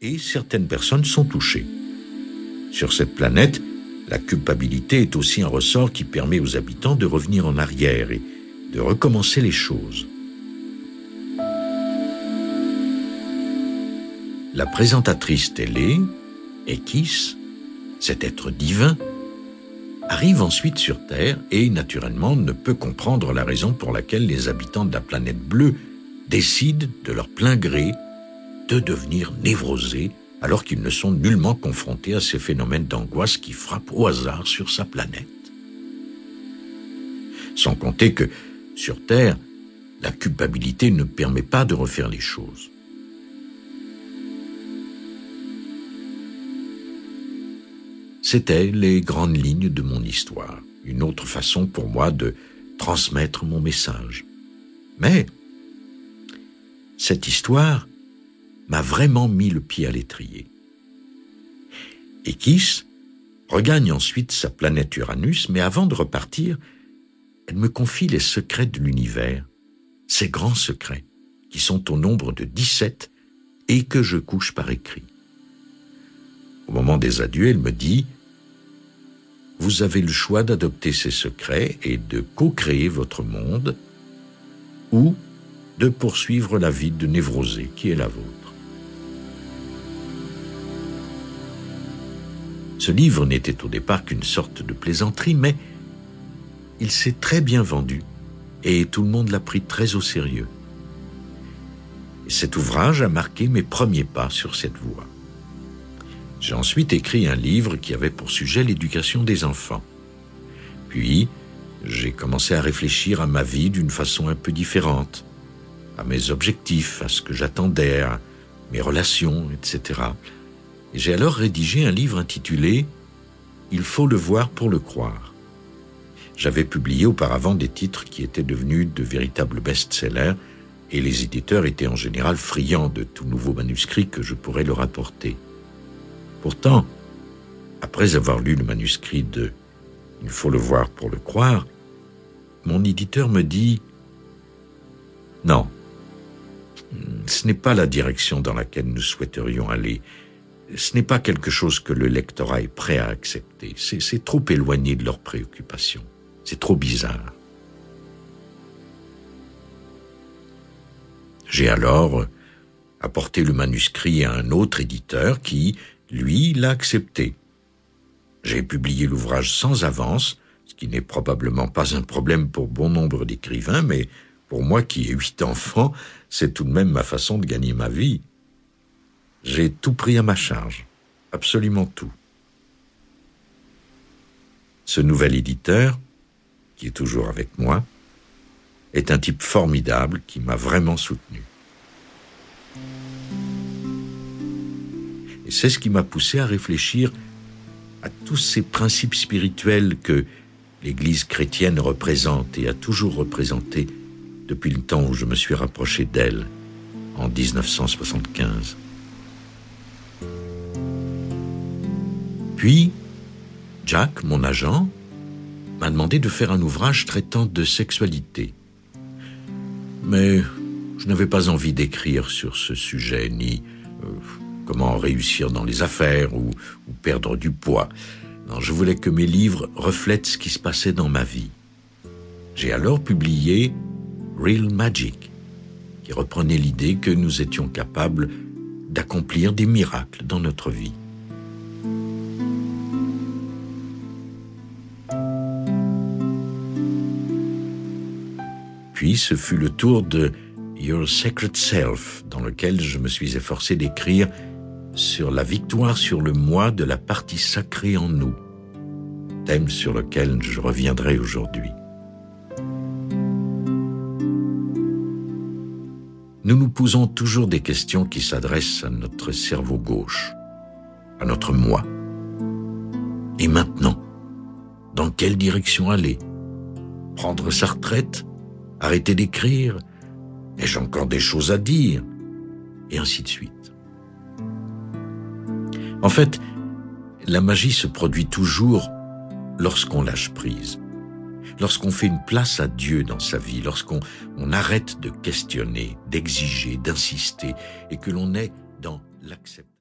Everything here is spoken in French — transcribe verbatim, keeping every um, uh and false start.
et certaines personnes sont touchées. Sur cette planète, la culpabilité est aussi un ressort qui permet aux habitants de revenir en arrière et de recommencer les choses. La présentatrice télé, Ekis, cet être divin, arrive ensuite sur Terre et, naturellement, ne peut comprendre la raison pour laquelle les habitants de la planète bleue décident, de leur plein gré, de devenir névrosés alors qu'ils ne sont nullement confrontés à ces phénomènes d'angoisse qui frappent au hasard sur sa planète. Sans compter que, sur Terre, la culpabilité ne permet pas de refaire les choses. C'étaient les grandes lignes de mon histoire, une autre façon pour moi de transmettre mon message. Mais cette histoire m'a vraiment mis le pied à l'étrier. Ekis regagne ensuite sa planète Uranus, mais avant de repartir, elle me confie les secrets de l'univers, ces grands secrets, qui sont au nombre de dix-sept et que je couche par écrit. Au moment des adieux, elle me dit « Vous avez le choix d'adopter ces secrets et de co-créer votre monde ou de poursuivre la vie de névrosé qui est la vôtre. » Ce livre n'était au départ qu'une sorte de plaisanterie, mais il s'est très bien vendu et tout le monde l'a pris très au sérieux. Et cet ouvrage a marqué mes premiers pas sur cette voie. J'ai ensuite écrit un livre qui avait pour sujet l'éducation des enfants. Puis, j'ai commencé à réfléchir à ma vie d'une façon un peu différente, à mes objectifs, à ce que j'attendais, à mes relations, et cetera. Et j'ai alors rédigé un livre intitulé « Il faut le voir pour le croire ». J'avais publié auparavant des titres qui étaient devenus de véritables best-sellers et les éditeurs étaient en général friands de tout nouveau manuscrit que je pourrais leur apporter. Pourtant, après avoir lu le manuscrit de « Il faut le voir pour le croire », mon éditeur me dit « Non, ce n'est pas la direction dans laquelle nous souhaiterions aller. Ce n'est pas quelque chose que le lectorat est prêt à accepter. C'est, c'est trop éloigné de leurs préoccupations. C'est trop bizarre. » J'ai alors apporté le manuscrit à un autre éditeur qui, lui, l'a accepté. J'ai publié l'ouvrage sans avance, ce qui n'est probablement pas un problème pour bon nombre d'écrivains, mais pour moi qui ai huit enfants, c'est tout de même ma façon de gagner ma vie. J'ai tout pris à ma charge, absolument tout. Ce nouvel éditeur, qui est toujours avec moi, est un type formidable qui m'a vraiment soutenu. Et c'est ce qui m'a poussé à réfléchir à tous ces principes spirituels que l'Église chrétienne représente et a toujours représenté depuis le temps où je me suis rapproché d'elle, en dix-neuf cent soixante-quinze. Puis, Jack, mon agent, m'a demandé de faire un ouvrage traitant de sexualité. Mais je n'avais pas envie d'écrire sur ce sujet, ni euh, comment réussir dans les affaires ou, ou perdre du poids. Non, je voulais que mes livres reflètent ce qui se passait dans ma vie. J'ai alors publié Real Magic, qui reprenait l'idée que nous étions capables d'accomplir des miracles dans notre vie. Puis ce fut le tour de Your Sacred Self, dans lequel je me suis efforcé d'écrire sur la victoire sur le moi de la partie sacrée en nous, thème sur lequel je reviendrai aujourd'hui. Nous nous posons toujours des questions qui s'adressent à notre cerveau gauche, à notre moi. Et maintenant, dans quelle direction aller? Prendre sa retraite? Arrêter d'écrire? Ai-je encore des choses à dire? Et ainsi de suite. En fait, la magie se produit toujours lorsqu'on lâche prise, lorsqu'on fait une place à Dieu dans sa vie, lorsqu'on on arrête de questionner, d'exiger, d'insister, et que l'on est dans l'acceptation.